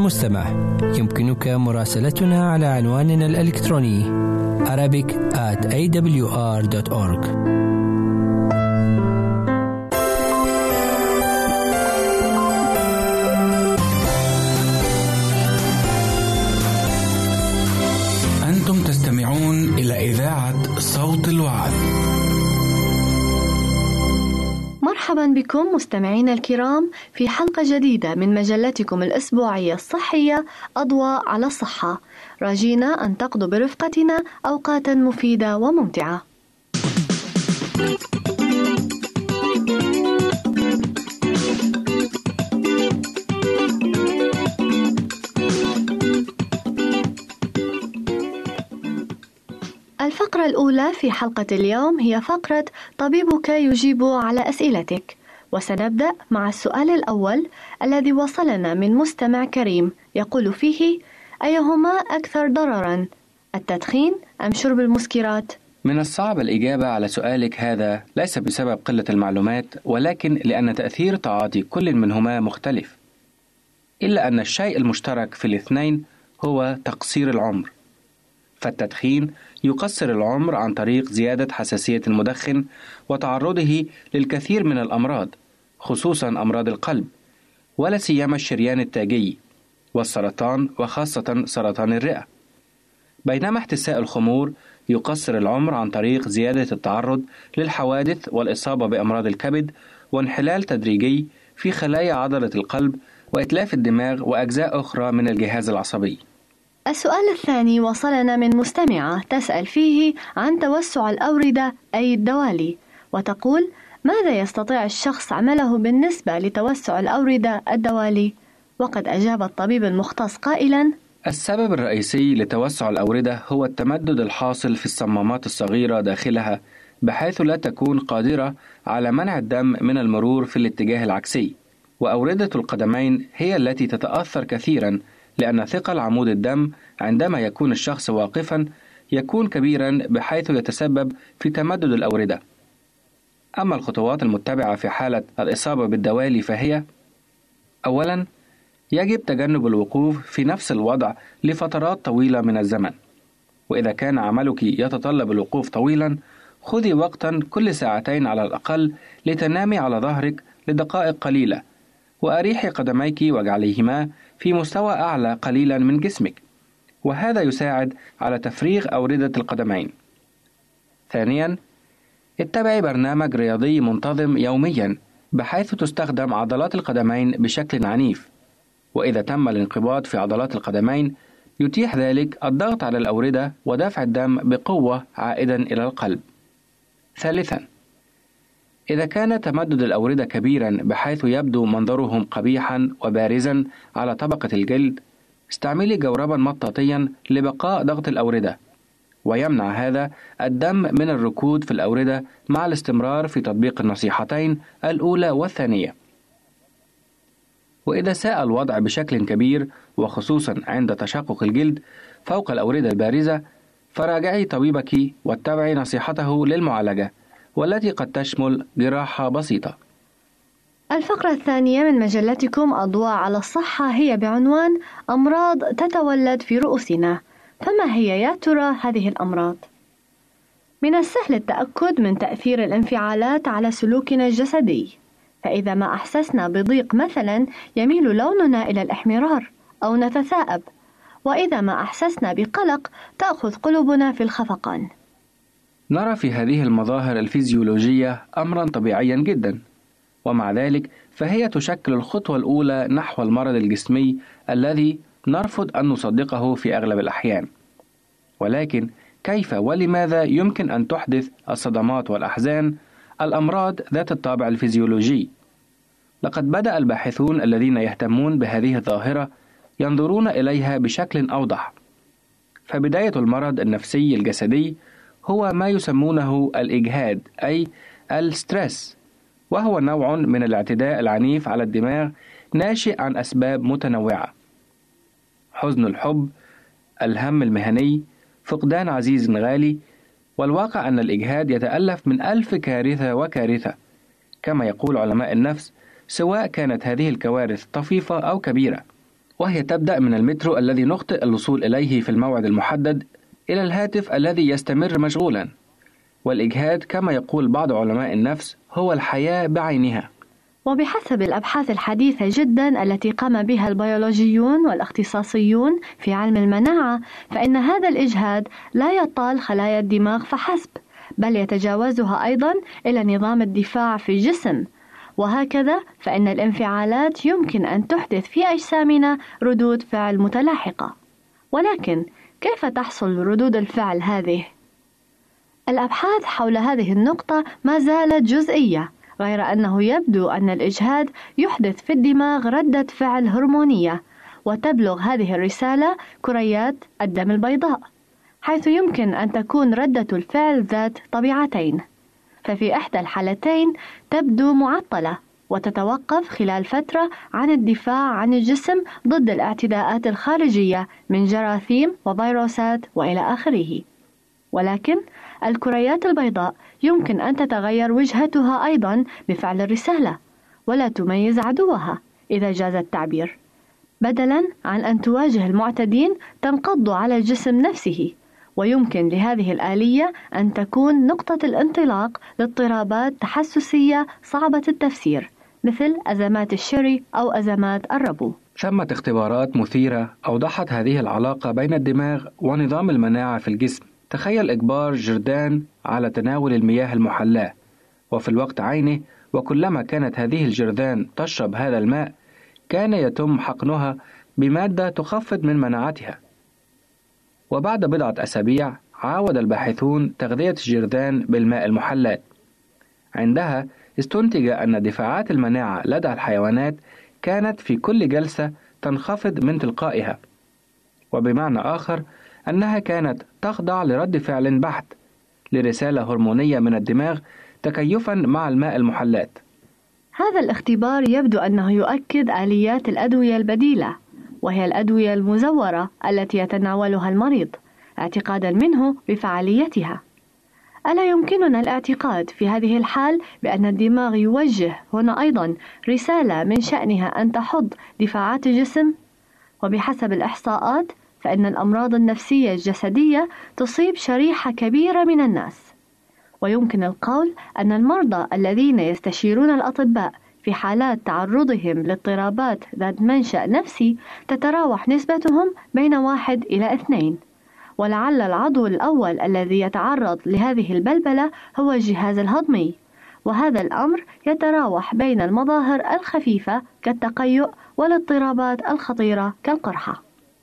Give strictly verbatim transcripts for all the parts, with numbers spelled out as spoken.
المستمع. يمكنك مراسلتنا على عنواننا الإلكتروني arabic at a w r dot org. أنتم تستمعون إلى إذاعة صوت الوعد. مرحبا بكم مستمعين الكرام في حلقة جديدة من مجلتكم الأسبوعية الصحية أضواء على الصحة. راجينا أن تقضوا برفقتنا أوقاتا مفيدة وممتعة. الفقرة الأولى في حلقة اليوم هي فقرة طبيبك يجيب على أسئلتك، وسنبدأ مع السؤال الأول الذي وصلنا من مستمع كريم يقول فيه: أيهما أكثر ضرراً، التدخين أم شرب المسكرات؟ من الصعب الإجابة على سؤالك هذا، ليس بسبب قلة المعلومات، ولكن لأن تأثير تعاطي كل منهما مختلف، إلا أن الشيء المشترك في الاثنين هو تقصير العمر. فالتدخين يقصر العمر عن طريق زيادة حساسية المدخن وتعرضه للكثير من الأمراض، خصوصا أمراض القلب، ولا سيما الشريان التاجي والسرطان، وخاصة سرطان الرئة. بينما احتساء الخمور يقصر العمر عن طريق زيادة التعرض للحوادث والإصابة بأمراض الكبد وانحلال تدريجي في خلايا عضلة القلب وإتلاف الدماغ وأجزاء أخرى من الجهاز العصبي. السؤال الثاني وصلنا من مستمعة تسأل فيه عن توسع الأوردة أي الدوالي، وتقول: ماذا يستطيع الشخص عمله بالنسبة لتوسع الأوردة الدوالي؟ وقد أجاب الطبيب المختص قائلا: السبب الرئيسي لتوسع الأوردة هو التمدد الحاصل في الصمامات الصغيرة داخلها، بحيث لا تكون قادرة على منع الدم من المرور في الاتجاه العكسي. وأوردة القدمين هي التي تتأثر كثيرا، لأن ثقل عمود الدم عندما يكون الشخص واقفا يكون كبيرا بحيث يتسبب في تمدد الأوردة. أما الخطوات المتبعة في حالة الإصابة بالدوالي فهي: أولا، يجب تجنب الوقوف في نفس الوضع لفترات طويلة من الزمن، وإذا كان عملك يتطلب الوقوف طويلا، خذي وقتا كل ساعتين على الأقل لتنامي على ظهرك لدقائق قليلة، وأريحي قدميك واجعليهما في مستوى أعلى قليلا من جسمك، وهذا يساعد على تفريغ أوردة القدمين. ثانيا، اتبعي برنامج رياضي منتظم يوميا بحيث تستخدم عضلات القدمين بشكل عنيف، وإذا تم الانقباض في عضلات القدمين يتيح ذلك الضغط على الأوردة ودفع الدم بقوة عائدا إلى القلب. ثالثا، إذا كان تمدد الأوردة كبيرا بحيث يبدو منظرهم قبيحا وبارزا على طبقة الجلد، استعملي جوربا مطاطيا لبقاء ضغط الأوردة، ويمنع هذا الدم من الركود في الأوردة مع الاستمرار في تطبيق النصيحتين الأولى والثانية. وإذا ساء الوضع بشكل كبير، وخصوصا عند تشقق الجلد فوق الأوردة البارزة، فراجعي طبيبك واتبعي نصيحته للمعالجة، والتي قد تشمل جراحة بسيطة. الفقرة الثانية من مجلتكم أضواء على الصحة هي بعنوان أمراض تتولد في رؤوسنا. فما هي يا ترى هذه الأمراض؟ من السهل التأكد من تأثير الانفعالات على سلوكنا الجسدي، فإذا ما أحسسنا بضيق مثلا يميل لوننا إلى الإحمرار أو نتثاءب، وإذا ما أحسسنا بقلق تأخذ قلوبنا في الخفقان. نرى في هذه المظاهر الفيزيولوجية أمرا طبيعيا جدا، ومع ذلك فهي تشكل الخطوة الأولى نحو المرض الجسمي الذي نرفض أن نصدقه في أغلب الأحيان. ولكن كيف ولماذا يمكن أن تحدث الصدمات والأحزان الأمراض ذات الطابع الفيزيولوجي؟ لقد بدأ الباحثون الذين يهتمون بهذه الظاهرة ينظرون إليها بشكل أوضح. فبداية المرض النفسي الجسدي هو ما يسمونه الإجهاد أي الستريس، وهو نوع من الاعتداء العنيف على الدماغ ناشئ عن أسباب متنوعة: حزن الحب، الهم المهني، فقدان عزيز غالي. والواقع أن الإجهاد يتألف من ألف كارثة وكارثة، كما يقول علماء النفس، سواء كانت هذه الكوارث طفيفة أو كبيرة، وهي تبدأ من المترو الذي نخطئ الوصول إليه في الموعد المحدد إلى الهاتف الذي يستمر مشغولا. والإجهاد كما يقول بعض علماء النفس هو الحياة بعينها. وبحسب الأبحاث الحديثة جدا التي قام بها البيولوجيون والاختصاصيون في علم المناعة، فإن هذا الإجهاد لا يطال خلايا الدماغ فحسب، بل يتجاوزها أيضا إلى نظام الدفاع في الجسم. وهكذا فإن الانفعالات يمكن أن تحدث في أجسامنا ردود فعل متلاحقة. ولكن كيف تحصل ردود الفعل هذه؟ الأبحاث حول هذه النقطة ما زالت جزئية، غير أنه يبدو أن الإجهاد يحدث في الدماغ ردة فعل هرمونية، وتبلغ هذه الرسالة كريات الدم البيضاء، حيث يمكن أن تكون ردة الفعل ذات طبيعتين. ففي إحدى الحالتين تبدو معطلة وتتوقف خلال فترة عن الدفاع عن الجسم ضد الاعتداءات الخارجية من جراثيم وفيروسات وإلى آخره. ولكن الكريات البيضاء يمكن أن تتغير وجهتها أيضا بفعل الرسالة، ولا تميز عدوها إذا جاز التعبير، بدلا عن أن تواجه المعتدين تنقض على الجسم نفسه. ويمكن لهذه الآلية أن تكون نقطة الانطلاق لاضطرابات تحسسية صعبة التفسير، مثل أزمات الشري أو أزمات الربو. ثمة اختبارات مثيرة أوضحت هذه العلاقة بين الدماغ ونظام المناعة في الجسم. تخيل إجبار جردان على تناول المياه المحلاة، وفي الوقت عينه وكلما كانت هذه الجرذان تشرب هذا الماء كان يتم حقنها بمادة تخفض من مناعتها. وبعد بضعة أسابيع عاود الباحثون تغذية الجرذان بالماء المحلات. عندها استنتج أن دفاعات المناعة لدى الحيوانات كانت في كل جلسة تنخفض من تلقائها، وبمعنى آخر أنها كانت تخضع لرد فعل بحت لرسالة هرمونية من الدماغ تكيفا مع الماء المحلات. هذا الاختبار يبدو أنه يؤكد آليات الأدوية البديلة، وهي الأدوية المزورة التي يتناولها المريض اعتقادا منه بفعاليتها. ألا يمكننا الاعتقاد في هذه الحال بأن الدماغ يوجه هنا أيضا رسالة من شأنها أن تحض دفاعات الجسم؟ وبحسب الإحصاءات فإن الأمراض النفسية الجسدية تصيب شريحة كبيرة من الناس، ويمكن القول أن المرضى الذين يستشيرون الأطباء في حالات تعرضهم لاضطرابات ذات منشأ نفسي تتراوح نسبتهم بين واحد إلى اثنين. ولعل العضو الأول الذي يتعرض لهذه البلبلة هو الجهاز الهضمي، وهذا الأمر يتراوح بين المظاهر الخفيفة كالتقيؤ والاضطرابات الخطيرة كالقرحة.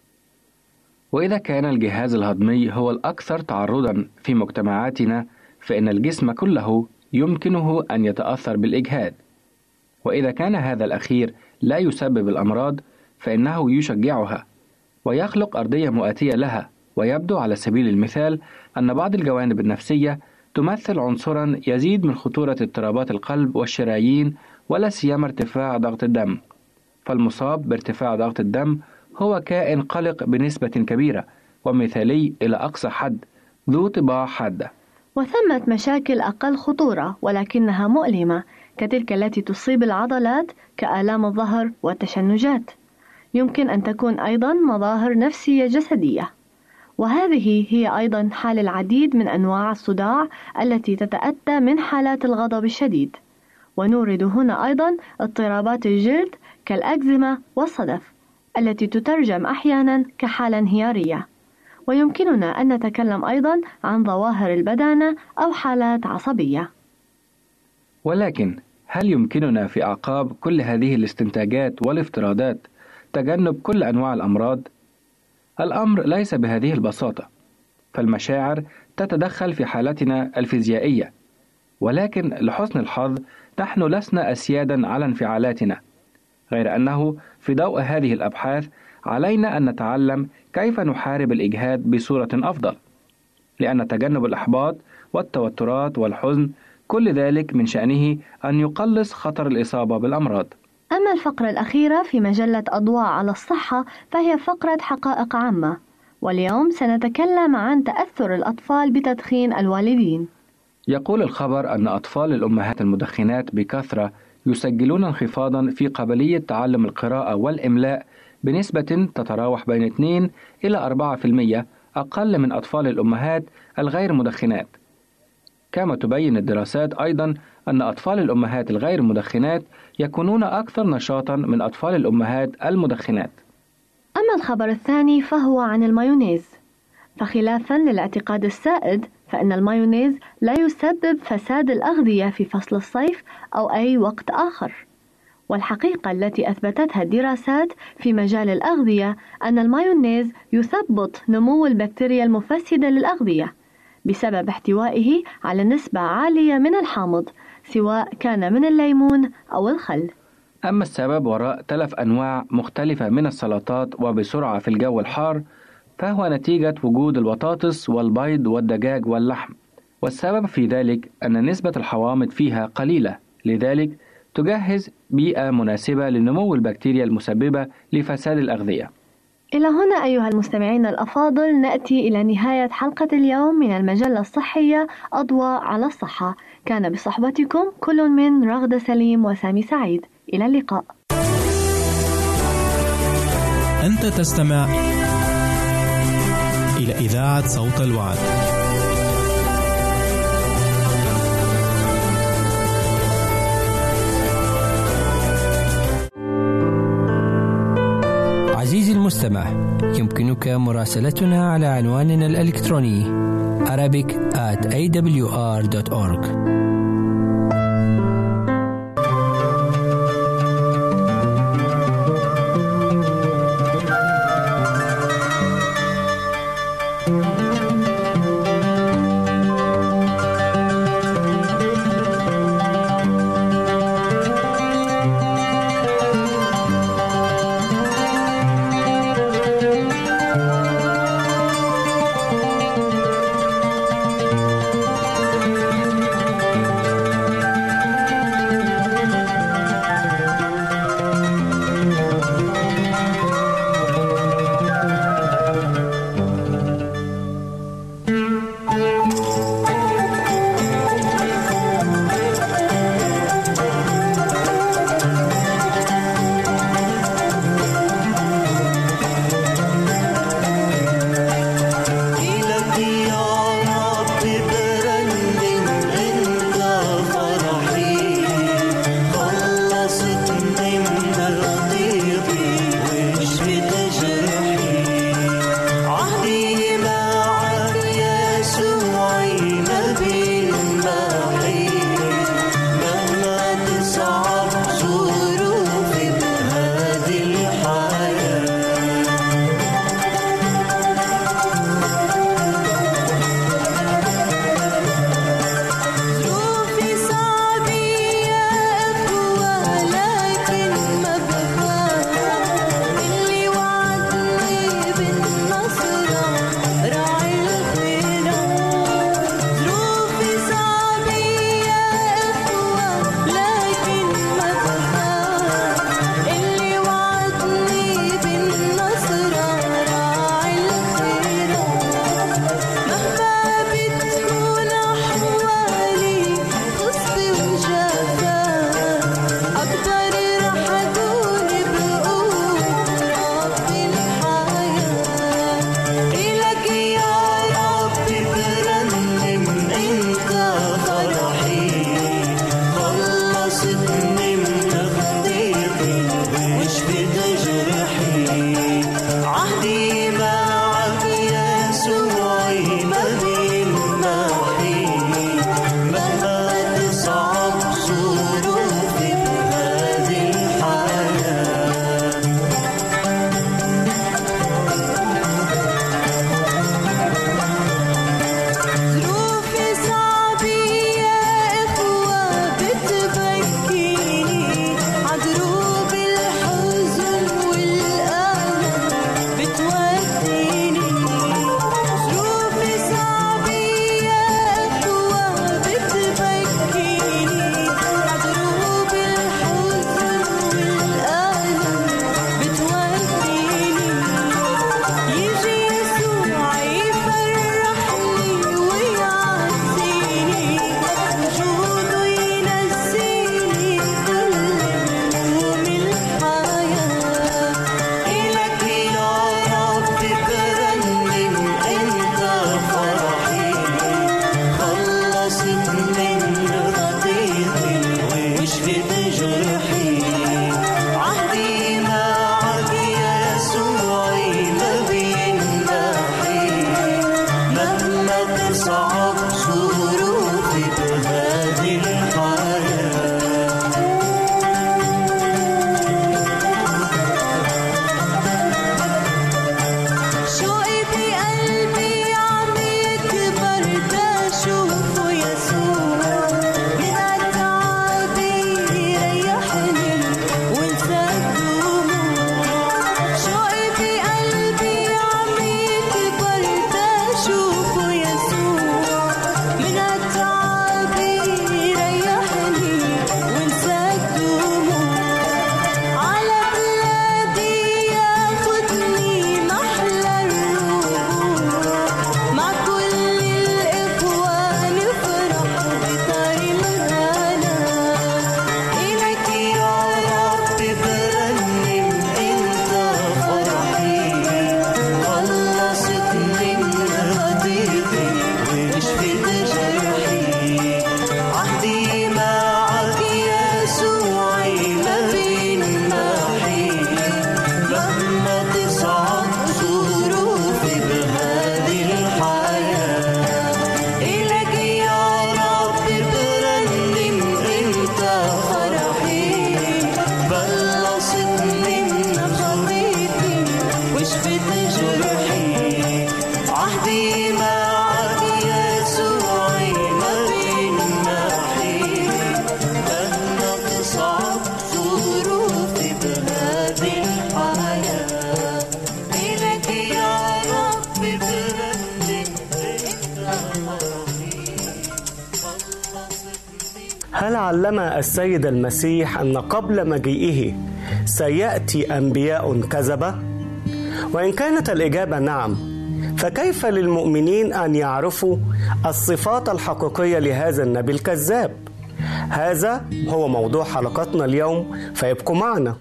وإذا كان الجهاز الهضمي هو الأكثر تعرضا في مجتمعاتنا، فإن الجسم كله يمكنه أن يتأثر بالإجهاد. وإذا كان هذا الأخير لا يسبب الأمراض فإنه يشجعها ويخلق أرضية مؤاتية لها. ويبدو على سبيل المثال أن بعض الجوانب النفسية تمثل عنصرا يزيد من خطورة اضطرابات القلب والشرايين، ولا سيما ارتفاع ضغط الدم. فالمصاب بارتفاع ضغط الدم هو كائن قلق بنسبة كبيرة ومثالي إلى أقصى حد، ذو طباع حادة. وثمة مشاكل أقل خطورة ولكنها مؤلمة كتلك التي تصيب العضلات كآلام الظهر والتشنجات. يمكن أن تكون أيضا مظاهر نفسية جسدية، وهذه هي أيضا حال العديد من أنواع الصداع التي تتأتى من حالات الغضب الشديد. ونورد هنا أيضا اضطرابات الجلد كالأكزيما والصدف التي تترجم أحيانا كحالة انهيارية. ويمكننا أن نتكلم أيضا عن ظواهر البدانة أو حالات عصبية. ولكن هل يمكننا في أعقاب كل هذه الاستنتاجات والافتراضات تجنب كل أنواع الأمراض؟ الأمر ليس بهذه البساطة، فالمشاعر تتدخل في حالتنا الفيزيائية، ولكن لحسن الحظ نحن لسنا أسيادا على انفعالاتنا، غير أنه في ضوء هذه الأبحاث علينا أن نتعلم كيف نحارب الإجهاد بصورة أفضل، لأن تجنب الإحباط والتوترات والحزن كل ذلك من شأنه أن يقلص خطر الإصابة بالأمراض. أما الفقرة الأخيرة في مجلة أضواء على الصحة فهي فقرة حقائق عامة، واليوم سنتكلم عن تأثر الأطفال بتدخين الوالدين. يقول الخبر أن أطفال الأمهات المدخنات بكثرة يسجلون انخفاضا في قابلية تعلم القراءة والإملاء بنسبة تتراوح بين اثنين إلى أربعة بالمئة أقل من أطفال الأمهات الغير مدخنات. كما تبين الدراسات أيضا أن أطفال الأمهات الغير مدخنات يكونون أكثر نشاطا من أطفال الأمهات المدخنات. أما الخبر الثاني فهو عن المايونيز، فخلافا للاعتقاد السائد فإن المايونيز لا يسبب فساد الأغذية في فصل الصيف أو أي وقت آخر. والحقيقة التي أثبتتها الدراسات في مجال الأغذية أن المايونيز يثبط نمو البكتيريا المفسدة للأغذية بسبب احتوائه على نسبة عالية من الحامض، سواء كان من الليمون أو الخل. أما السبب وراء تلف أنواع مختلفة من السلطات وبسرعة في الجو الحار فهو نتيجة وجود البطاطس والبيض والدجاج واللحم، والسبب في ذلك أن نسبة الحوامض فيها قليلة، لذلك تجهز بيئة مناسبة لنمو البكتيريا المسببة لفساد الأغذية. إلى هنا أيها المستمعين الأفاضل نأتي إلى نهاية حلقة اليوم من المجلة الصحية أضواء على الصحة. كان بصحبتكم كل من رغدة سليم وسامي سعيد. إلى اللقاء. أنت تستمع إلى إذاعة صوت الوعد. عزيزي المستمع، يمكنك مراسلتنا على عنواننا الإلكتروني arabic at a w r dot org. علم السيد المسيح أن قبل مجيئه سيأتي أنبياء كذبة؟ وإن كانت الإجابة نعم، فكيف للمؤمنين أن يعرفوا الصفات الحقيقية لهذا النبي الكذاب؟ هذا هو موضوع حلقتنا اليوم، فيبقوا معنا.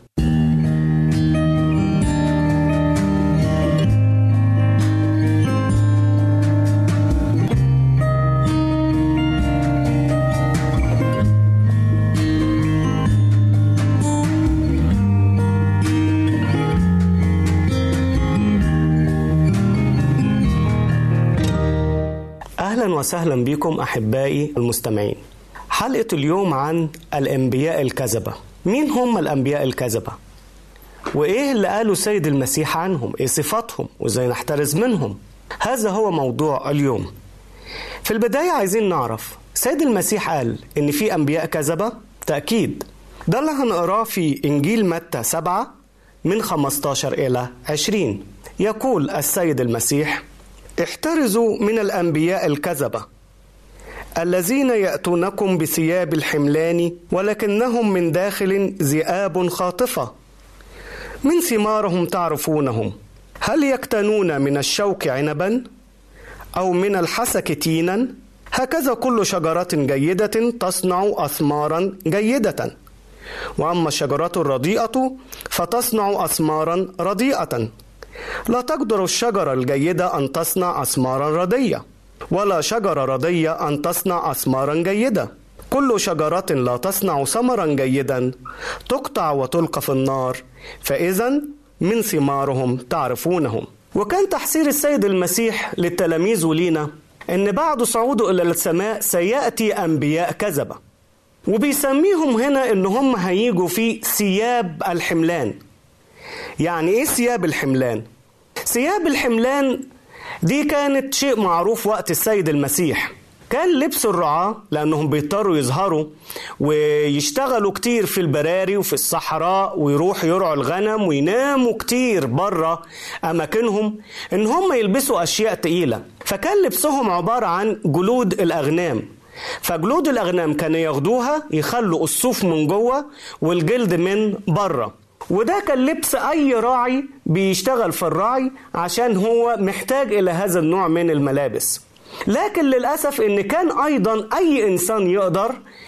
أهلا وسهلا بكم أحبائي المستمعين. حلقة اليوم عن الأنبياء الكذبة. مين هم الأنبياء الكذبة؟ وإيه اللي قاله السيد المسيح عنهم؟ إيه صفاتهم؟ وإزاي نحترز منهم؟ هذا هو موضوع اليوم. في البداية عايزين نعرف السيد المسيح قال إن في أنبياء كذبة؟ تأكيد. ده اللي هنقراه في إنجيل متى سبعة من خمستاشر إلى عشرين. يقول السيد المسيح: احترزوا من الأنبياء الكذبة الذين يأتونكم بثياب الحملان ولكنهم من داخل ذئاب خاطفة، من ثمارهم تعرفونهم، هل يكتنون من الشوك عنبا أو من الحسك تينا؟ هكذا كل شجرة جيدة تصنع أثمارا جيدة، وأما الشجرة الرديئة فتصنع أثمارا رديئة. لا تقدر الشجرة الجيدة أن تصنع أثمارا ردية، ولا شجرة ردية أن تصنع أثمارا جيدة. كل شجرة لا تصنع ثمرا جيدا تقطع وتلقى في النار، فإذا من ثمارهم تعرفونهم. وكان تحذير السيد المسيح للتلاميذ ولينا إن بعد صعوده إلى السماء سيأتي أنبياء كذبة، وبيسميهم هنا إن هم هيجوا في ثياب الحملان. يعني إيه ثياب الحملان؟ ثياب الحملان دي كانت شيء معروف وقت السيد المسيح. كان لبس الرعاة لأنهم بيضطروا يظهروا ويشتغلوا كتير في البراري وفي الصحراء ويروحوا يرعوا الغنم ويناموا كتير برا أماكنهم، إن هم يلبسوا أشياء تقيلة. فكان لبسهم عبارة عن جلود الأغنام. فجلود الأغنام كانوا ياخدوها يخلوا الصوف من جوه والجلد من برا، وده كان لبس أي راعي بيشتغل في الرعي عشان هو محتاج إلى هذا النوع من الملابس. لكن للأسف إن كان أيضا أي إنسان يقدر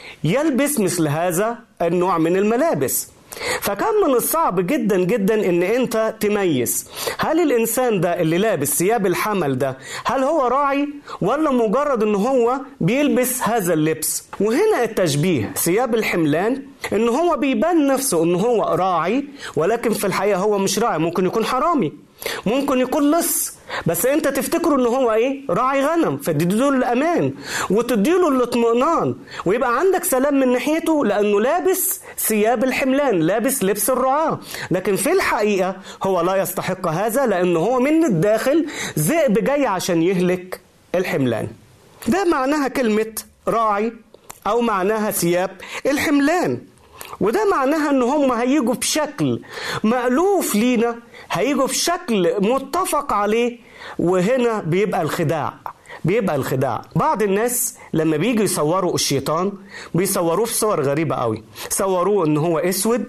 يلبس مثل هذا النوع من الملابس. فكان من الصعب جدا جدا إن أنت تميز هل الإنسان ده اللي لابس ثياب الحمل ده هل هو راعي ولا مجرد إن هو بيلبس هذا اللبس. وهنا التشبيه ثياب الحملان إن هو بيبان نفسه إن هو راعي، ولكن في الحقيقة هو مش راعي. ممكن يكون حرامي، ممكن يكون لص، بس انت تفتكروا ان هو ايه؟ راعي غنم، فتديله الامان وتديله الاطمئنان ويبقى عندك سلام من ناحيته لانه لابس ثياب الحملان، لابس لبس الرعاة. لكن في الحقيقة هو لا يستحق هذا، لانه هو من الداخل ذئب جاي عشان يهلك الحملان. ده معناها كلمة راعي او معناها ثياب الحملان. وده معناها ان هم هيجوا بشكل مألوف لينا، هيجوا بشكل متفق عليه. وهنا بيبقى الخداع، بيبقى الخداع. بعض الناس لما بيجوا يصوروا الشيطان بيصوروه في صور غريبة قوي. صوروه ان هو اسود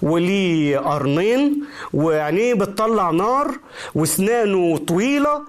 وليه قرنين وعينيه بتطلع نار واسنانه طويلة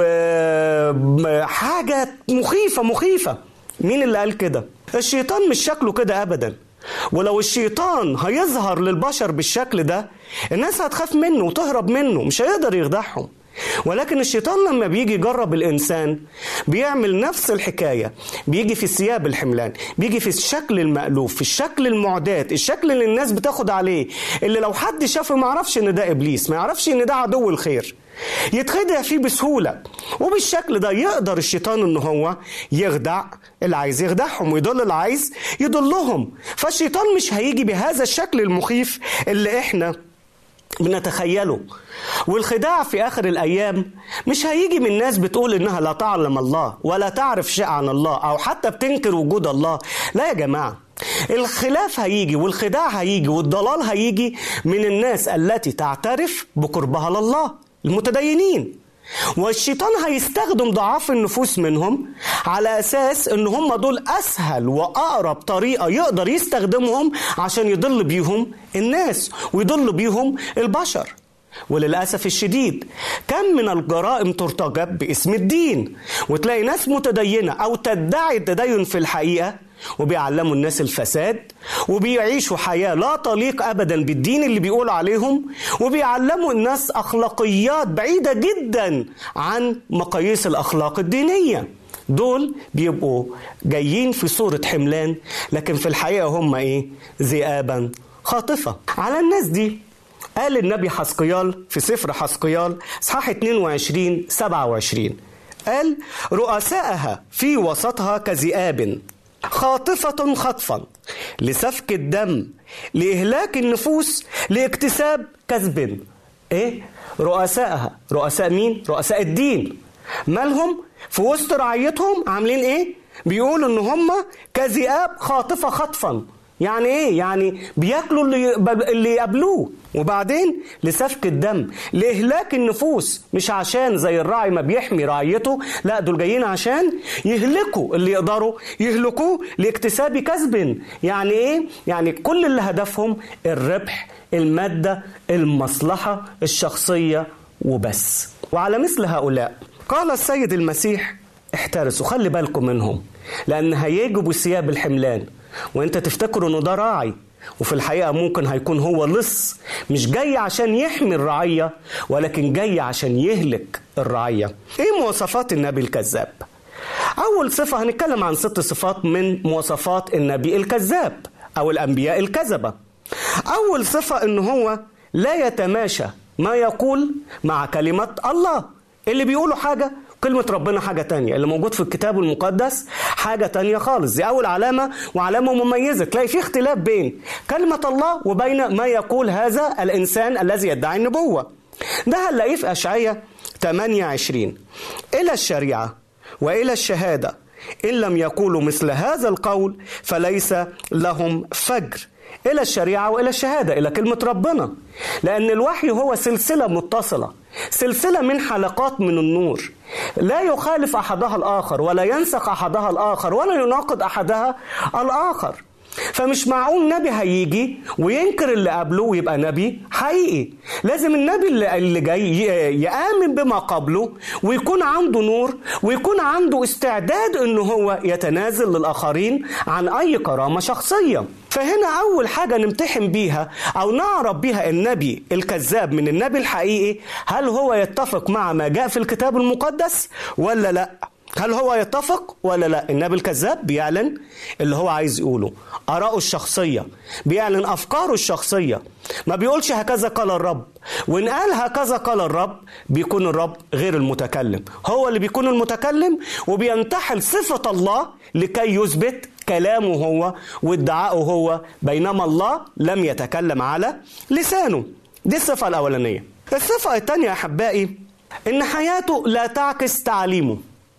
وحاجة مخيفة مخيفة. مين اللي قال كده؟ الشيطان مش شكله كده ابدا. ولو الشيطان هيظهر للبشر بالشكل ده الناس هتخاف منه وتهرب منه، مش هيقدر يخدعهم. ولكن الشيطان لما بيجي يجرب الإنسان بيعمل نفس الحكاية، بيجي في الثياب الحملان، بيجي في الشكل المألوف، في الشكل المعدات، الشكل اللي الناس بتاخد عليه، اللي لو حد شافه ما يعرفش ان ده إبليس، ما يعرفش ان ده عدو الخير، يتخدع فيه بسهولة. وبالشكل ده يقدر الشيطان ان هو يخدع اللي عايز يخدعهم ويضل اللي عايز يضلهم. فالشيطان مش هيجي بهذا الشكل المخيف اللي احنا بنتخيله. والخداع في آخر الأيام مش هيجي من ناس بتقول إنها لا تعلم الله ولا تعرف شيء عن الله أو حتى بتنكر وجود الله. لا يا جماعة، الخلاف هيجي والخداع هيجي والضلال هيجي من الناس التي تعترف بقربها لله، المتدينين. والشيطان هيستخدم ضعاف النفوس منهم على أساس إن هم دول أسهل وأقرب طريقة يقدر يستخدمهم عشان يضل بيهم الناس ويضل بيهم البشر. وللأسف الشديد كم من الجرائم ترتكب باسم الدين، وتلاقي ناس متدينة أو تدعي التدين في الحقيقة وبيعلموا الناس الفساد وبيعيشوا حياة لا تليق أبدا بالدين اللي بيقولوا عليهم، وبيعلموا الناس أخلاقيات بعيدة جدا عن مقاييس الأخلاق الدينية. دول بيبقوا جايين في صورة حملان، لكن في الحقيقة هم إيه؟ ذئابا خاطفة. على الناس دي قال النبي حسقيال في سفر حسقيال اصحاح اثنين وعشرين سبعة وعشرين، قال: رؤساءها في وسطها كذئاب خاطفة خطفا لسفك الدم لإهلاك النفوس لاكتساب كسب. ايه رؤساءها؟ رؤساء مين؟ رؤساء الدين. مالهم في وسط رعيتهم عاملين ايه؟ بيقولوا ان هم كذئاب خاطفة خطفا. يعني ايه؟ يعني بياكلوا اللي اللي يقابلوه. وبعدين لسفك الدم لإهلاك النفوس، مش عشان زي الراعي ما بيحمي رعيته، لا دول جايين عشان يهلكوا اللي يقدروا يهلكوه لاكتساب كسب. يعني ايه؟ يعني كل اللي هدفهم الربح، المادة، المصلحة الشخصية وبس. وعلى مثل هؤلاء قال السيد المسيح: احترسوا، خلي بالكم منهم، لأن هيجوا بثياب الحملان، وانت تفتكروا انه ده راعي، وفي الحقيقة ممكن هيكون هو لص، مش جاي عشان يحمي الرعية ولكن جاي عشان يهلك الرعية. ايه مواصفات النبي الكذاب؟ اول صفة هنتكلم عن ست صفات من مواصفات النبي الكذاب او الانبياء الكذبة. اول صفة ان هو لا يتماشى ما يقول مع كلمة الله. اللي بيقولوا حاجة، كلمة ربنا حاجة تانية، اللي موجود في الكتاب المقدس حاجة تانية خالص. دي أول علامة وعلامة مميزة، تلاقي في اختلاف بين كلمة الله وبين ما يقول هذا الإنسان الذي يدعي النبوة. ده هنلاقيه في أشعياء ثمانية وعشرين: إلى الشريعة وإلى الشهادة إن لم يقولوا مثل هذا القول فليس لهم فجر. إلى الشريعة وإلى الشهادة، إلى كلمة ربنا، لأن الوحي هو سلسلة متصلة، سلسلة من حلقات من النور، لا يخالف أحدها الآخر ولا ينسخ أحدها الآخر ولا يناقض أحدها الآخر. فمش معقول نبي هيجي وينكر اللي قبله ويبقى نبي حقيقي. لازم النبي اللي جاي يآمن بما قبله ويكون عنده نور ويكون عنده استعداد انه هو يتنازل للآخرين عن أي كرامة شخصية. فهنا أول حاجة نمتحن بيها أو نعرف بيها النبي الكذاب من النبي الحقيقي، هل هو يتفق مع ما جاء في الكتاب المقدس ولا لا؟ هل هو يتفق ولا لا؟ النبي الكذاب بيعلن اللي هو عايز يقوله، آراءه الشخصية، بيعلن أفكاره الشخصية، ما بيقولش هكذا قال الرب. وإن قال هكذا قال الرب بيكون الرب غير المتكلم، هو اللي بيكون المتكلم وبينتحل صفة الله لكي يثبت كلامه هو وادعاءه هو، بينما الله لم يتكلم على لسانه. دي الصفة الأولانية. الصفة الثانية يا أحبائي إن حياته لا تعكس تعليمه.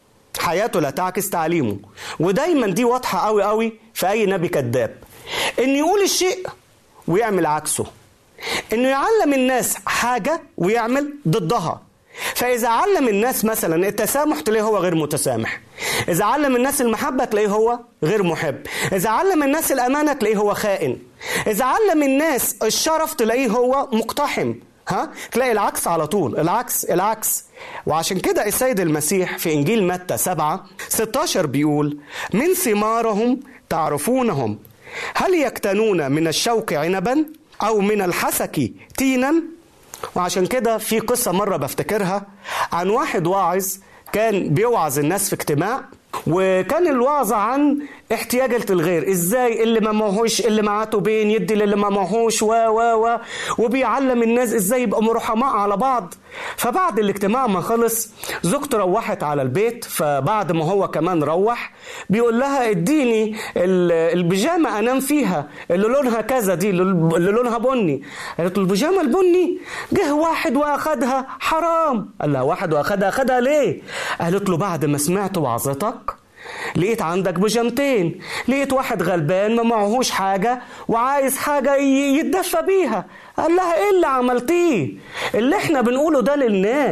حياته لا تعكس تعليمه، ودايما دي واضحة قوي قوي في أي نبي كذاب، إنه يقول الشيء ويعمل عكسه، إنه يعلم الناس حاجة ويعمل ضدها. فإذا علم الناس مثلا التسامح تلاقيه هو غير متسامح، إذا علم الناس المحبة تلاقيه هو غير محب، إذا علم الناس الأمانة تلاقيه هو خائن، إذا علم الناس الشرف تلاقيه هو مقتحم. ها تلاقي العكس على طول، العكس العكس. وعشان كده السيد المسيح في إنجيل متى سبعة ستة عشر بيقول: من ثمارهم تعرفونهم، هل يكتنون من الشوك عنبا أو من الحسك تينا؟ وعشان كده في قصة مرة بفتكرها عن واحد واعظ كان بيوعظ الناس في اجتماع، وكان الوعظ عن احتياجة الغير، ازاي اللي ما معهوش اللي معاته بين يدي للي ما معهوش و و و وبيعلم الناس ازاي يبقوا مرحماء على بعض. فبعد الاجتماع ما خلص زوجته روحت على البيت، فبعد ما هو كمان روح بيقول لها اديني البيجامة انام فيها اللي لونها كذا، دي اللي لونها بني. قالت له البيجامة البني؟ جه واحد واخدها، حرام. قال لها واحد واخدها، اخدها ليه؟ قالت له بعد ما سمعت وعظتك لقيت عندك بيجامتين، لقيت واحد غلبان ما معهوش حاجة وعايز حاجة يتدفى بيها. قال لها ايه اللي عملتيه؟ اللي احنا بنقوله ده للناس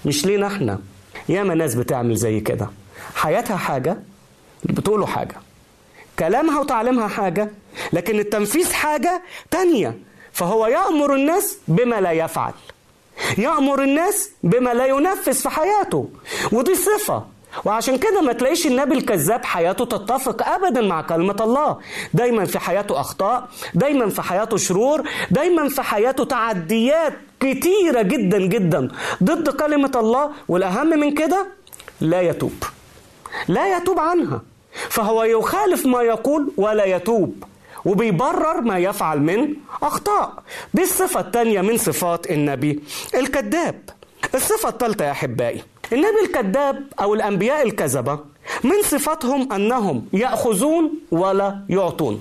مش لينا احنا. ياما ناس بتعمل زي كده، حياتها حاجة، بتقوله حاجة، كلامها وتعليمها حاجة، لكن التنفيذ حاجة تانية. فهو يأمر الناس بما لا يفعل، يأمر الناس بما لا ينفذ في حياته، ودي صفة. وعشان كده ما تلاقيش النبي الكذاب حياته تتفق أبدا مع كلمة الله. دايما في حياته أخطاء، دايما في حياته شرور، دايما في حياته تعديات كتيرة جدا جدا ضد كلمة الله. والأهم من كده لا يتوب، لا يتوب عنها. فهو يخالف ما يقول ولا يتوب، وبيبرر ما يفعل من أخطاء. دي الصفة الثانية من صفات النبي الكذاب. الصفة الثالثة يا أحبائي، النبي الكذاب أو الأنبياء الكذبة من صفاتهم أنهم يأخذون ولا يعطون.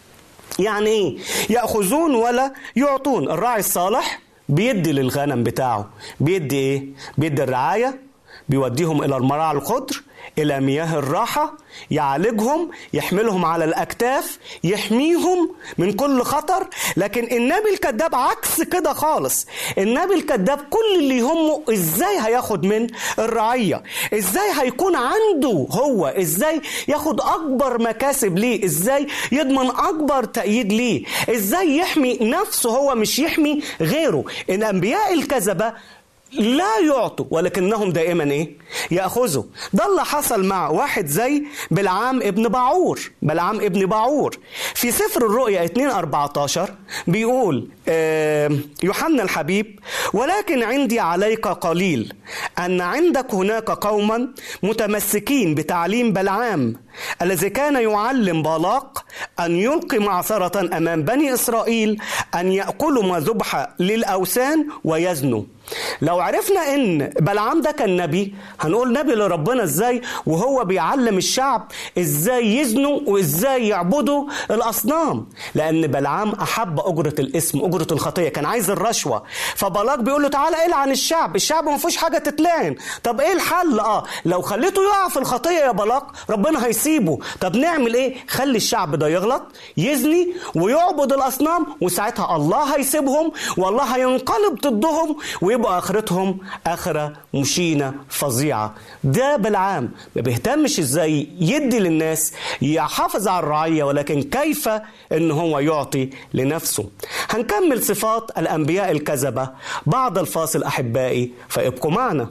يعني إيه يأخذون ولا يعطون؟ الراعي الصالح بيدي للغنم بتاعه، بيدي إيه؟ بيدي الرعاية، بيوديهم إلى المراعي الخضر، إلى مياه الراحة، يعالجهم، يحملهم على الأكتاف، يحميهم من كل خطر. لكن النبي الكذاب عكس كده خالص. النبي الكذاب كل اللي يهمه إزاي هياخد من الرعية، إزاي هيكون عنده هو، إزاي ياخد أكبر مكاسب ليه، إزاي يضمن أكبر تأييد ليه، إزاي يحمي نفسه هو مش يحمي غيره. الأنبياء الكذبة لا يعطوا ولكنهم دائما ايه؟ يأخذوا. ده اللي حصل مع واحد زي بلعام ابن باعور. بلعام ابن باعور في سفر الرؤيا اثنين أربعة عشر بيقول آه يوحنا الحبيب: ولكن عندي عليك قليل أن عندك هناك قوما متمسكين بتعليم بلعام الذي كان يعلم بالاق أن يلقي معصرة أمام بني إسرائيل أن يأكلوا ما ذبح للأوثان ويزنوا. لو عرفنا ان بلعام ده كان نبي، هنقول نبي لربنا ازاي وهو بيعلم الشعب ازاي يزنوا وازاي يعبدوا الاصنام؟ لان بلعام احب اجرة الاسم، اجرة الخطية، كان عايز الرشوة. فبلاق بيقول له تعالى العن الشعب، الشعب ما فيهوش حاجة تتلعن. طب ايه الحل؟ اه لو خليته يقع في الخطية يا بلاق ربنا هيسيبه. طب نعمل ايه؟ خلي الشعب ده يغلط، يزني ويعبد الاصنام، وساعتها الله هيسيبهم والله هينقلب ضدهم ويبقى آخرتهم آخرة مشينة فظيعة. ده بلعام ما بيهتمش ازاي يدي للناس، يحافظ على الرعية، ولكن كيف ان هو يعطي لنفسه. هنكمل صفات الأنبياء الكذبة بعد الفاصل أحبائي، فابقوا معنا.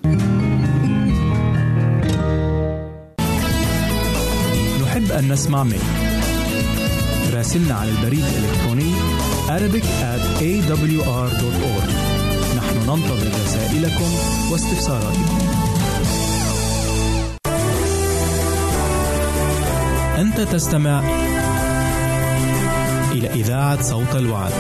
نحب أن نسمع منك. راسلنا على البريد الإلكتروني arabic at a w r dot org. نحن ننتظر رسائلكم واستفساراتكم. أنت تستمع إلى إذاعة صوت الوعد.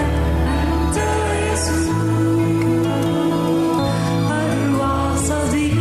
صديق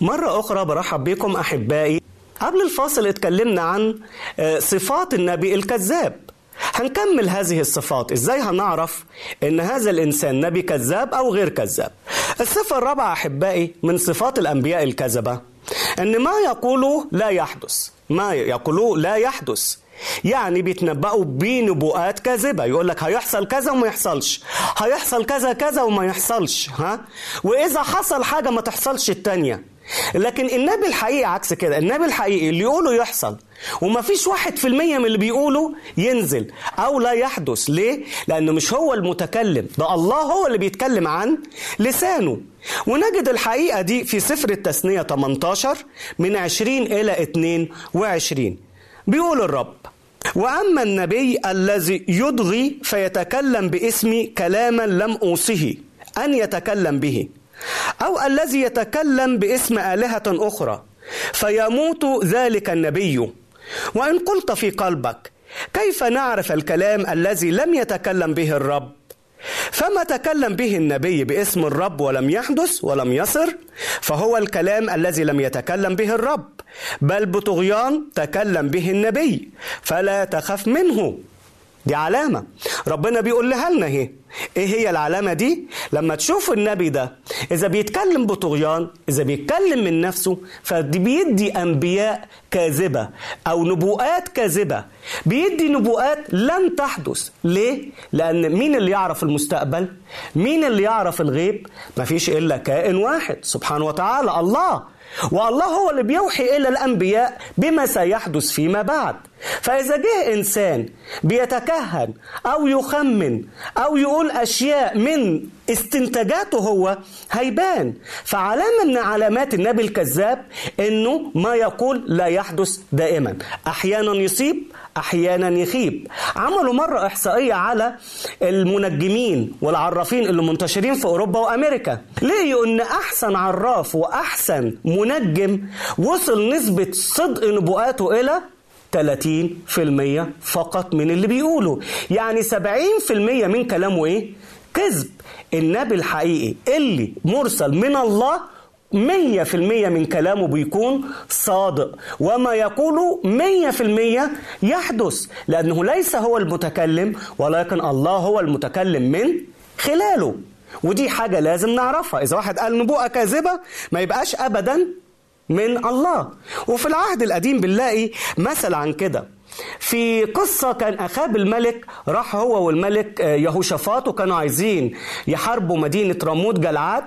مرة أخرى برحب بكم أحبائي. قبل الفاصل اتكلمنا عن صفات النبي الكذاب. هنكمل هذه الصفات. ازاي هنعرف ان هذا الانسان نبي كذاب او غير كذاب؟ الصفة الرابعة احبائي من صفات الانبياء الكذبة ان ما يقولوا لا يحدث. ما يقولوا لا يحدث يعني بيتنبأوا بنبوءات كاذبة. يقول لك هيحصل كذا وما يحصلش، هيحصل كذا كذا وما يحصلش، ها واذا حصل حاجة ما تحصلش التانية. لكن النبي الحقيقي عكس كده. النبي الحقيقي اللي يقوله يحصل، وما فيش واحد في المية من اللي بيقوله ينزل أو لا يحدث. ليه؟ لأنه مش هو المتكلم، ده الله هو اللي بيتكلم عن لسانه. ونجد الحقيقة دي في سفر التثنية ثمانية عشر من عشرين إلى اثنين وعشرين. بيقول الرب: وأما النبي الذي يضغي فيتكلم باسمي كلاما لم أوصه أن يتكلم به، أو الذي يتكلم باسم آلهة أخرى فيموت ذلك النبي. وإن قلت في قلبك كيف نعرف الكلام الذي لم يتكلم به الرب؟ فما تكلم به النبي باسم الرب ولم يحدث ولم يصر فهو الكلام الذي لم يتكلم به الرب، بل بطغيان تكلم به النبي، فلا تخف منه. دي علامة ربنا بيقول لها لنا اهي. ايه هي العلامة دي؟ لما تشوف النبي ده اذا بيتكلم بطغيان، اذا بيتكلم من نفسه، فدي بيدي انبياء كاذبة او نبوءات كاذبة، بيدي نبوءات لن تحدث. ليه؟ لان مين اللي يعرف المستقبل؟ مين اللي يعرف الغيب؟ مفيش الا كائن واحد سبحانه وتعالى، الله. والله هو اللي بيوحي إلى الأنبياء بما سيحدث فيما بعد. فإذا جه إنسان بيتكهن أو يخمن أو يقول أشياء من استنتاجاته هو، هيبان. فعلامة من علامات النبي الكذاب إنه ما يقول لا يحدث دائما، أحيانا يصيب أحيانا يخيب. عملوا مرة إحصائية على المنجمين والعرافين اللي منتشرين في أوروبا وأمريكا، لقيوا إن أحسن عراف وأحسن منجم وصل نسبة صدق نبوءاته إلى ثلاثين بالمية فقط من اللي بيقوله. يعني سبعين بالمية من كلامه إيه؟ كذب. النبي الحقيقي اللي مرسل من الله مية في المية من كلامه بيكون صادق، وما يقوله مية في المية يحدث، لأنه ليس هو المتكلم ولكن الله هو المتكلم من خلاله. ودي حاجة لازم نعرفها. إذا واحد قال نبوءة كاذبة ما يبقاش أبدا من الله. وفي العهد القديم بنلاقي مثل عن كده. في قصة كان أخاب الملك راح هو والملك يهوشافاط وكانوا عايزين يحاربوا مدينة راموت جلعاد،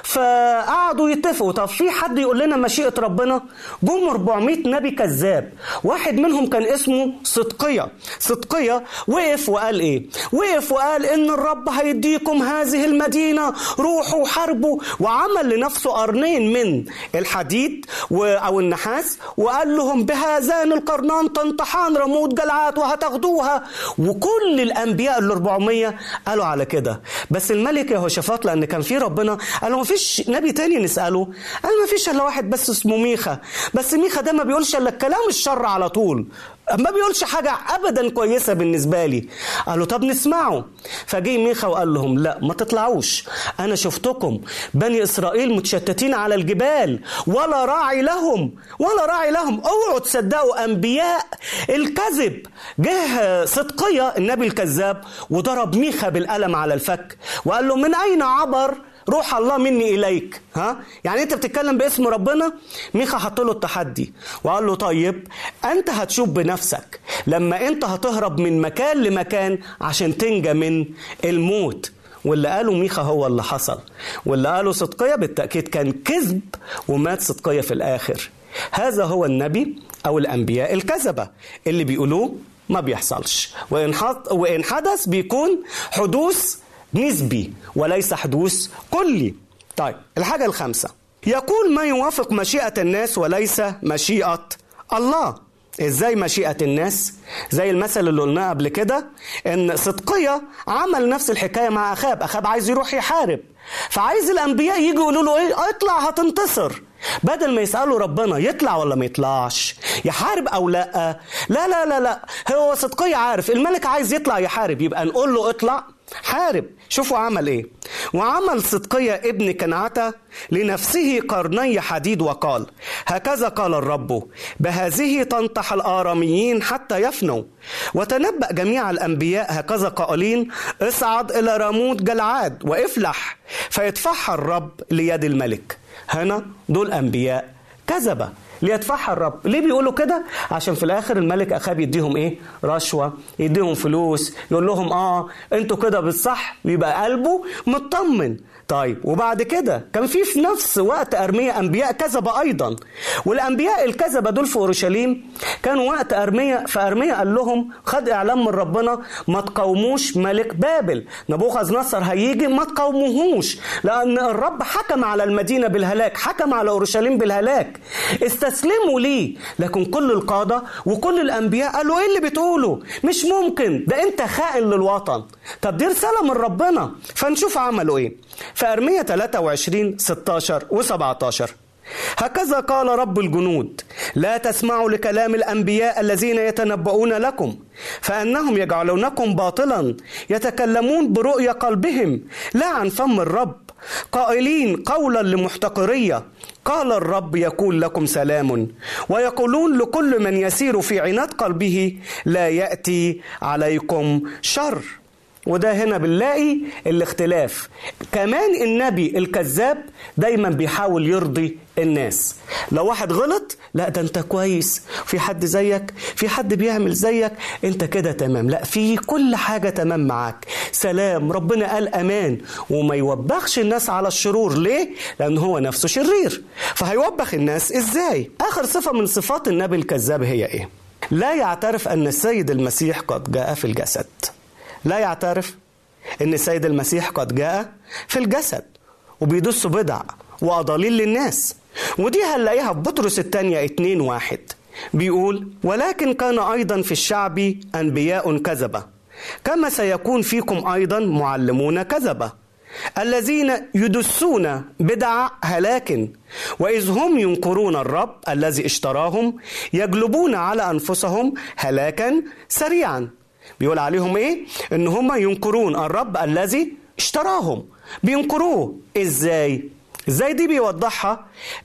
فقعدوا يتفقوا طب في حد يقول لنا مشيئة ربنا. جم أربعمائة نبي كذاب، واحد منهم كان اسمه صدقية. صدقية وقف وقال ايه؟ وقف وقال ان الرب هيديكم هذه المدينة، روحوا حاربوا، وعمل لنفسه قرنين من الحديد او النحاس وقال لهم بهذان القرنان تنطحان راموت جلعاد وهتاخدوها. وكل الانبياء الأربعمائة قالوا على كده، بس الملك يهوشافاط لان كان في ربنا قال له مفيش نبي تاني نسأله؟ قال مفيش الا واحد بس اسمه ميخا، بس ميخا ده ما بيقولش الا الكلام الشر على طول، ما بيقولش حاجة ابدا كويسة بالنسبة لي. قالوا طب نسمعه. فجي ميخا وقال لهم لا ما تطلعوش، انا شفتكم بني اسرائيل متشتتين على الجبال ولا راعي لهم ولا راعي لهم، اوعوا تصدقوا انبياء الكذب. جه صدقية النبي الكذاب وضرب ميخا بالقلم على الفك وقال له من اين عبر روح الله مني إليك؟ ها؟ يعني أنت بتتكلم باسم ربنا؟ ميخا حط له التحدي وقال له طيب أنت هتشوف بنفسك لما أنت هتهرب من مكان لمكان عشان تنجى من الموت. واللي قاله ميخا هو اللي حصل، واللي قاله صدقية بالتأكيد كان كذب، ومات صدقية في الآخر. هذا هو النبي أو الأنبياء الكذبة اللي بيقولوه ما بيحصلش، وإن حدث بيكون حدوث نسبي وليس حدوث كلي. طيب الحاجة الخامسة، يقول ما يوافق مشيئة الناس وليس مشيئة الله. ازاي مشيئة الناس؟ زي المثل اللي قلناه قبل كده ان صدقية عمل نفس الحكاية مع أخاب. أخاب عايز يروح يحارب، فعايز الأنبياء يجوا يقولوا له ايه؟ اطلع هتنتصر، بدل ما يسألوا ربنا يطلع ولا ما يطلعش، يحارب أو لا. لا لا لا لا، هو صدقية عارف الملك عايز يطلع يحارب، يبقى نقول له اطلع حارب. شوفوا عمل ايه. وعمل صدقية ابن كنعتة لنفسه قرني حديد وقال: هكذا قال الرب: بهذه تنطح الآراميين حتى يفنوا. وتنبأ جميع الأنبياء هكذا قائلين: اصعد إلى راموت جلعاد وافلح فيدفعها الرب ليد الملك. هنا دول أنبياء كذبة ليدفعها الرب. ليه بيقولوا كده؟ عشان في الآخر الملك أخاب يديهم إيه؟ رشوة، يديهم فلوس، يقول لهم آه أنتوا كده بالصح، ويبقى قلبه مطمن. طيب وبعد كده كان في في نفس وقت أرميا أنبياء كذبة أيضا، والأنبياء الكذبة دول في أورشليم كانوا وقت أرميا، فأرميا قال لهم خد إعلام من ربنا: ما تقاوموش ملك بابل، نبوخذ نصر هيجي، ما تقاوموهوش، لأن الرب حكم على المدينة بالهلاك، حكم على أورشليم بالهلاك، استسلموا ليه. لكن كل القادة وكل الأنبياء قالوا: إيه اللي بتقوله؟ مش ممكن، ده أنت خائن للوطن. طب دي رسالة من ربنا. فنشوف عملوا إيه في أرميا ثلاثة وعشرين ستاشر وسبعتاشر. هكذا قال رب الجنود: لا تسمعوا لكلام الأنبياء الذين يتنبؤون لكم، فأنهم يجعلونكم باطلا، يتكلمون برؤية قلبهم لا عن فم الرب، قائلين قولا لمحتقرية. قال الرب: يكون لكم سلام. ويقولون لكل من يسير في عناد قلبه: لا يأتي عليكم شر. وده هنا بنلاقي الاختلاف. كمان النبي الكذاب دايما بيحاول يرضي الناس. لو واحد غلط: لا ده انت كويس، في حد زيك، في حد بيعمل زيك، انت كده تمام، لا في كل حاجة تمام معاك، سلام، ربنا قال امان. وما يوبخش الناس على الشرور. ليه؟ لان هو نفسه شرير، فهيوبخ الناس ازاي؟ اخر صفة من صفات النبي الكذاب هي ايه؟ لا يعترف ان السيد المسيح قد جاء في الجسد. لا يعترف ان السيد المسيح قد جاء في الجسد، وبيدس بدع وأضاليل للناس. ودي هنلاقيها في بطرس الثانية اتنين واحد، بيقول: ولكن كان أيضا في الشعب أنبياء كذبة، كما سيكون فيكم أيضا معلمون كذبة، الذين يدسون بدع هلاك، وإذ هم ينكرون الرب الذي اشتراهم يجلبون على أنفسهم هلاكا سريعا. بيقول عليهم ايه؟ ان هم ينكرون الرب الذي اشتراهم. بينكروه ازاي؟ ازاي دي بيوضحها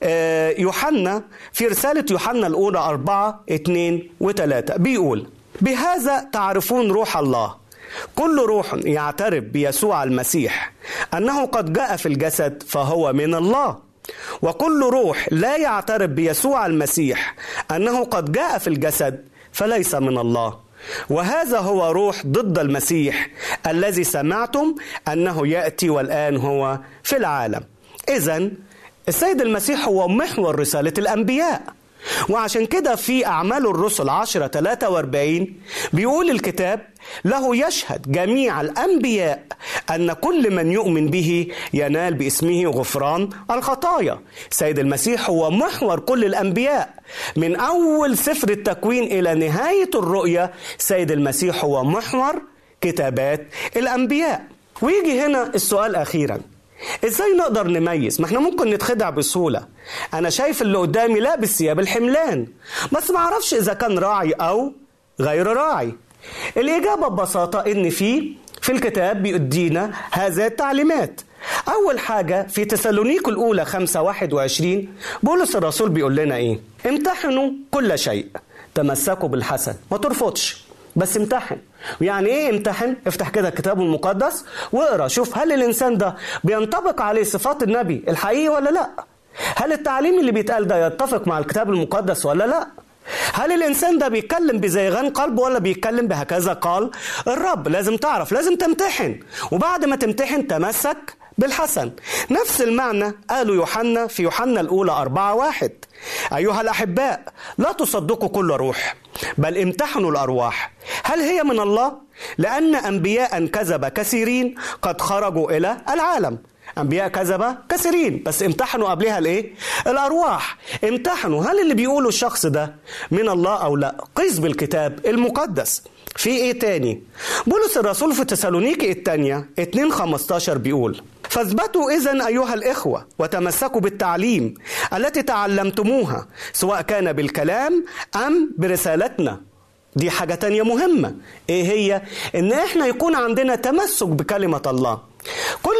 يوحنا في رسالة يوحنا الأولى أربعة اتنين وتلاتة، بيقول: بهذا تعرفون روح الله، كل روح يعترف بيسوع المسيح أنه قد جاء في الجسد فهو من الله، وكل روح لا يعترف بيسوع المسيح أنه قد جاء في الجسد فليس من الله. وهذا هو روح ضد المسيح الذي سمعتم أنه يأتي والآن هو في العالم. إذن السيد المسيح هو محور رسالة الأنبياء. وعشان كده في أعمال الرسل عشرة ثلاثة وأربعين بيقول الكتاب: له يشهد جميع الأنبياء أن كل من يؤمن به ينال باسمه غفران الخطايا. سيد المسيح هو محور كل الأنبياء، من أول سفر التكوين إلى نهاية الرؤيا. سيد المسيح هو محور كتابات الأنبياء. ويجي هنا السؤال أخيرا: ازاي نقدر نميز؟ ما احنا ممكن نتخدع بسهولة. انا شايف اللي قدامي لابس ثياب الحملان، بس ما اعرفش اذا كان راعي او غير راعي. الاجابة ببساطة ان في في الكتاب بيدينا هذه التعليمات. اول حاجة في تسالونيك الاولى خمسة واحد وعشرين بولس الرسول بيقول لنا ايه؟ امتحنوا كل شيء، تمسكوا بالحسن، ما ترفضش بس امتحن. يعني ايه امتحن؟ افتح كده الكتاب المقدس واقرا، شوف هل الانسان ده بينطبق عليه صفات النبي الحقيقي ولا لا؟ هل التعليم اللي بيتقال ده يتفق مع الكتاب المقدس ولا لا؟ هل الانسان ده بيتكلم بزيغان قلبه ولا بيتكلم بهكذا قال الرب؟ لازم تعرف، لازم تمتحن، وبعد ما تمتحن تمسك بالحسن. نفس المعنى قالوا يوحنا في يوحنا الأولى أربعة واحد: أيها الأحباء لا تصدقوا كل روح، بل امتحنوا الأرواح هل هي من الله، لأن أنبياء كذب كثيرين قد خرجوا إلى العالم. أنبياء كذبة كثيرين، بس امتحنوا قبلها الإيه؟ الأرواح. امتحنوا هل اللي بيقوله الشخص ده من الله أو لا. قيس بالكتاب المقدس. في إيه تاني؟ بولس الرسول في تسالونيكي الثانية اتنين خمستاشر بيقول: فاثبتوا إذن أيها الإخوة وتمسكوا بالتعليم التي تعلمتموها، سواء كان بالكلام أم برسالتنا. دي حاجة تانية مهمة. إيه هي؟ إن إحنا يكون عندنا تمسك بكلمة الله. كل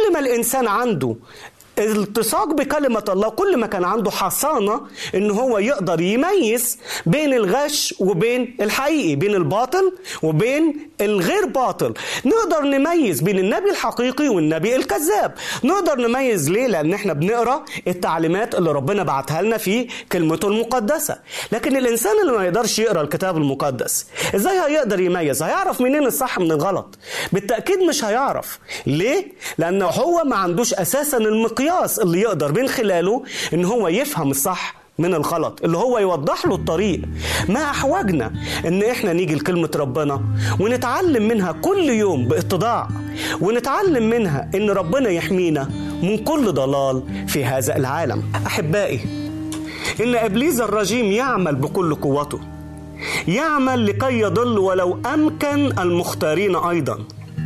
كل ما الإنسان عنده التصاق بكلمة الله، كل ما كان عنده حصانة إن هو يقدر يميز بين الغش وبين الحقيقي، بين الباطل وبين الغير باطل. نقدر نميز بين النبي الحقيقي والنبي الكذاب. نقدر نميز ليه؟ لأن احنا بنقرأ التعليمات اللي ربنا بعتها لنا في كلمته المقدسة. لكن الإنسان اللي ما يقدرش يقرأ الكتاب المقدس إزاي هيقدر يميز؟ هيعرف منين الصح من الغلط؟ بالتأكيد مش هيعرف. ليه؟ لأنه هو ما عندوش أساسا المقياس اللي يقدر من خلاله ان هو يفهم الصح من الغلط، اللي هو يوضح له الطريق. ما احوجنا ان احنا نيجي لكلمة ربنا ونتعلم منها كل يوم باتضاع، ونتعلم منها ان ربنا يحمينا من كل ضلال في هذا العالم. احبائي، ان ابليس الرجيم يعمل بكل قوته، يعمل لكي يضل ولو امكن المختارين ايضا،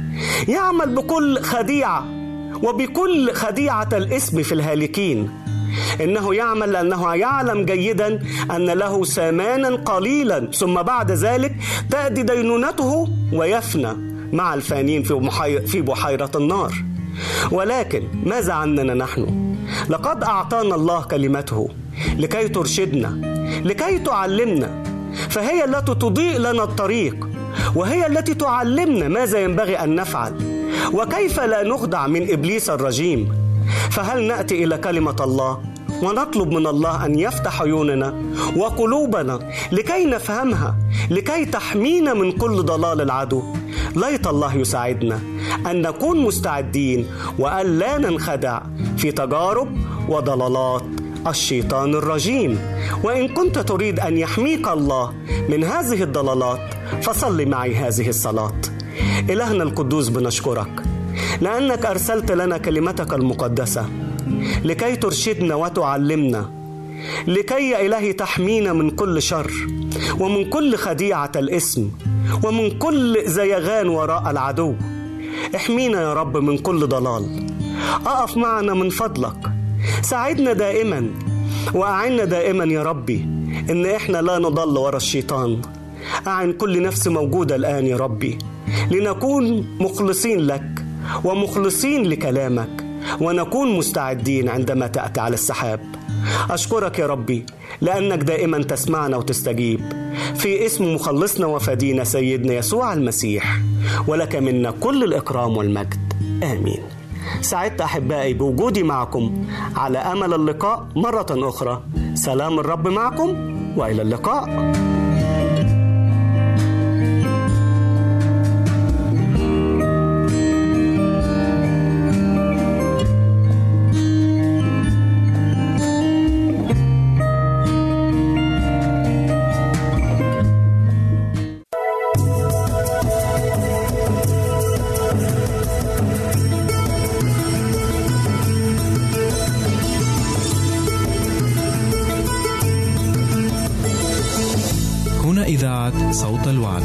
يعمل بكل خديعة وبكل خديعة الاسم في الهالكين. إنه يعمل لأنه يعلم جيدا أن له سامانا قليلا، ثم بعد ذلك تأتي دينونته ويفنى مع الفانين في بحيرة النار. ولكن ماذا عننا نحن؟ لقد أعطانا الله كلمته لكي ترشدنا، لكي تعلمنا، فهي التي تضيء لنا الطريق، وهي التي تعلمنا ماذا ينبغي أن نفعل وكيف لا نخدع من إبليس الرجيم. فهل نأتي إلى كلمة الله ونطلب من الله أن يفتح عيوننا وقلوبنا لكي نفهمها، لكي تحمينا من كل ضلال العدو؟ ليت الله يساعدنا أن نكون مستعدين وأن لا ننخدع في تجارب وضلالات الشيطان الرجيم. وإن كنت تريد أن يحميك الله من هذه الضلالات فصلي معي هذه الصلاة. إلهنا القدوس، بنشكرك لأنك أرسلت لنا كلمتك المقدسة لكي ترشدنا وتعلمنا، لكي يا إلهي تحمينا من كل شر ومن كل خديعة الاسم ومن كل زيغان وراء العدو. احمينا يا رب من كل ضلال. أقف معنا من فضلك، ساعدنا دائما وأعنا دائما يا ربي إن إحنا لا نضل وراء الشيطان. أعن كل نفس موجودة الآن يا ربي لنكون مخلصين لك ومخلصين لكلامك، ونكون مستعدين عندما تأتي على السحاب. أشكرك يا ربي لأنك دائما تسمعنا وتستجيب، في اسم مخلصنا وفدينا سيدنا يسوع المسيح، ولك منا كل الإكرام والمجد، آمين. سعدت أحبائي بوجودي معكم، على أمل اللقاء مرة أخرى. سلام الرب معكم وإلى اللقاء. إذاعة صوت الوعد.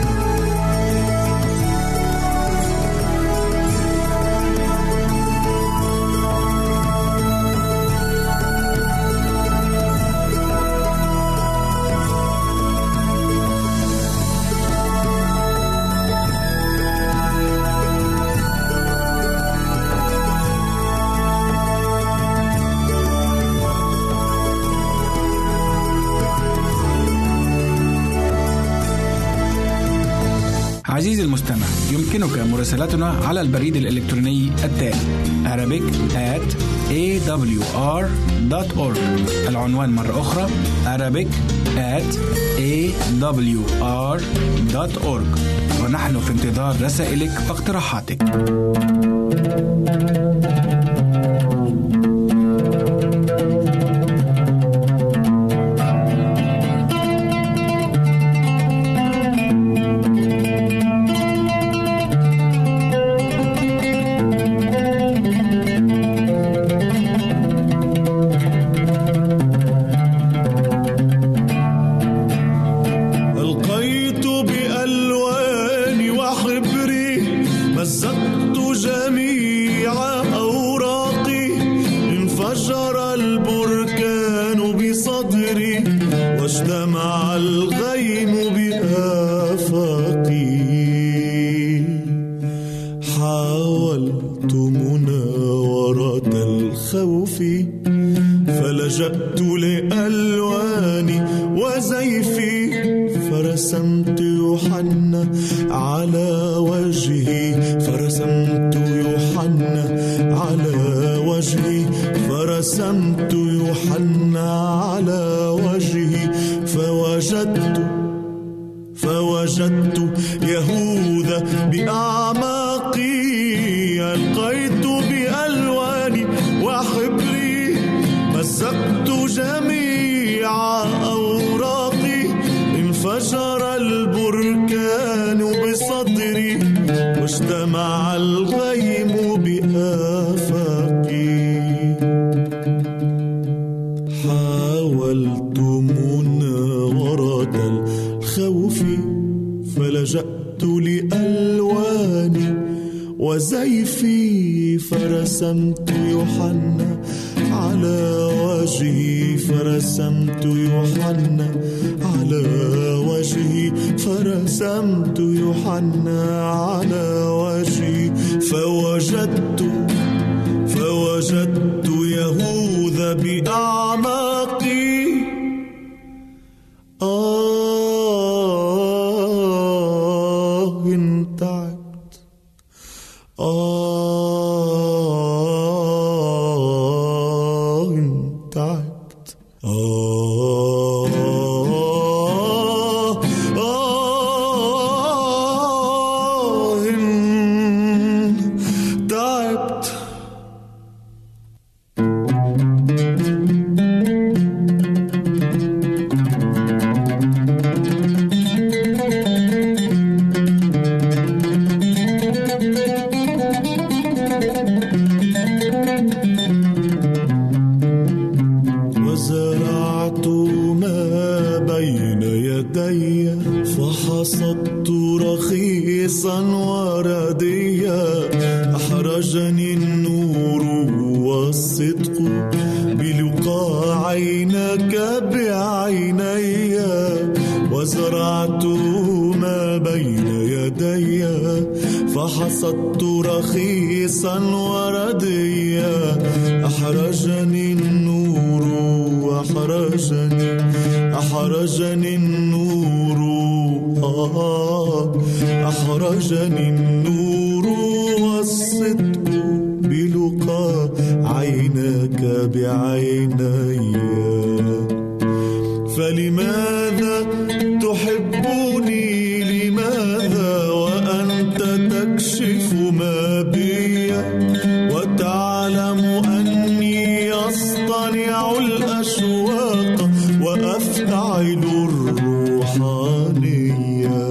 عزيزي المستمع، يمكنك مراسلتنا على البريد الإلكتروني التالي arabic at a w r dot org. العنوان مرة أخرى arabic at a w r dot org، ونحن في انتظار رسائلك واقتراحاتك. حاولت منى الخوف فلجأت لألواني وزيفي فرسمت يوحنا على وجهي فرسمت يوحنا على وجهي فرسمت يوحنا على وجهي فوجدت فوجدت يهوذا بأعماقي ألقيت بألواني وحبري مزقت جميع أوراقي انفجر البركان بصدري واجتمع الغيم بآفاقي حاولت مناورة الخوف فلجأت لألواني وزيفي فرسمت يوحنا على وجهي فرسمت يوحنا على وجهي فرسمت يوحنا على وجهي فوجدت فوجدت يهوذا بأعماقي آه انتعبت آه انتعبت آه آه انتعبت وزرعت ما بين يدي فحصدت رخيصا ورديا أحرجني النور والصدق بلقاء عينك بعيني وزرعت ما بين يدي فحصدت رخيصا ورديا أحرجني النور أحرجني أحرجني النور آه أحرجني النور والصدق بلقاء عينك بعيني فلماذا تحبني لماذا وأنت تكشف ما بي وتعلم أني أصطنع الأشواق وأفتعل الروحانية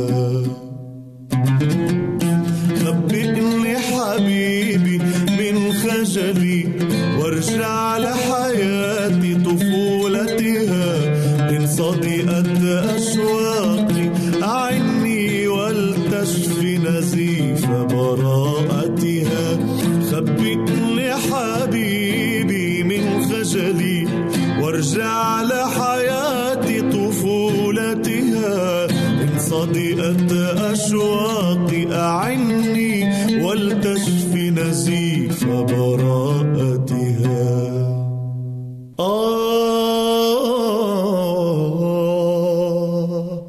خبئني حبيبي من خجلي وارجع لحياتي طفولتها إن صدئت أشواقي أعني ولتشفي نزيف براءتها خبئني حبيبي من خجلي وارجع لحياتي طفولتها إن صدئت أشواقي أعني ولتشفي نزيف براءتها آه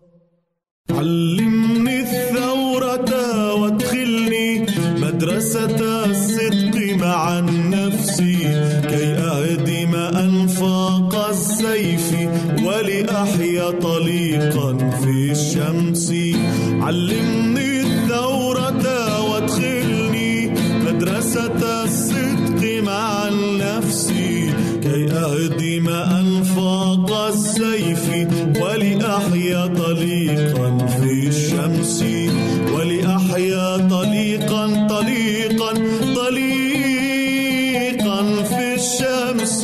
علمني الثورة وادخلني مدرسة الصدق مع النفس كي أهدم أنفاق السيف ولأحيا طليقا في الشمس علمني الثورة وادخلني مدرسة الصدق مع النفس كي أهدم أنفاق السيف ولأحيا طليقا في الشمس ولأحيا طليقا طليقا طليقا في الشمس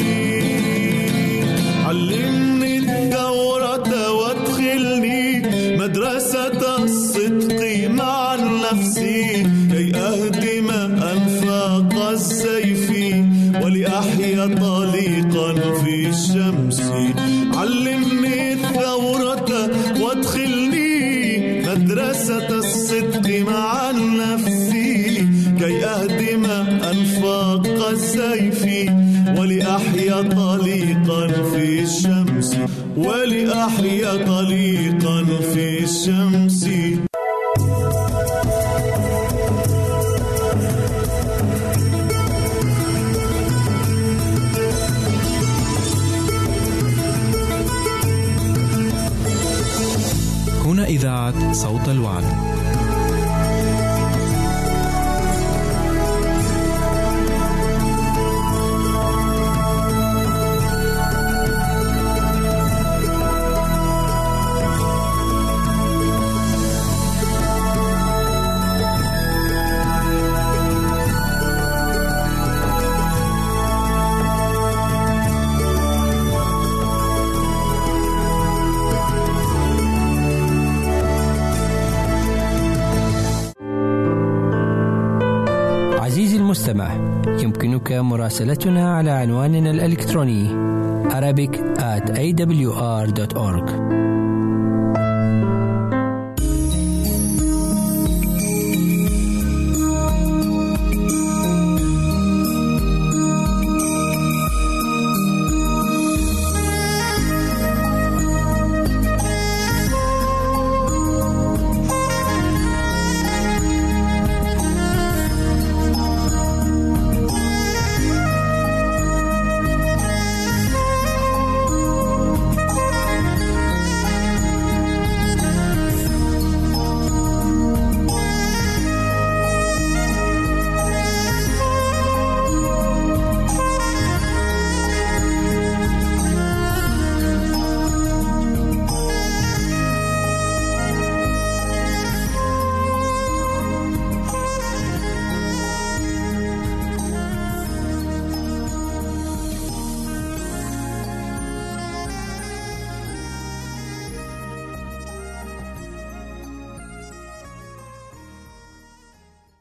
علمني الثورة وادخلني مدرسة الصدق مع النفس كي أهدم أنفاق السيف ولأحيا طليقا في الشمس علمني الثورة وادخلني مدرسة الصدق مع النفس كي أهدم أنفاق فوق السيف ولأحيا طليقا في الشمس ولأحيا طليقا في الشمس. هنا إذاعة صوت الوعد. المستمع، يمكنك مراسلتنا على عنواننا الإلكتروني arabic at a w r dot org.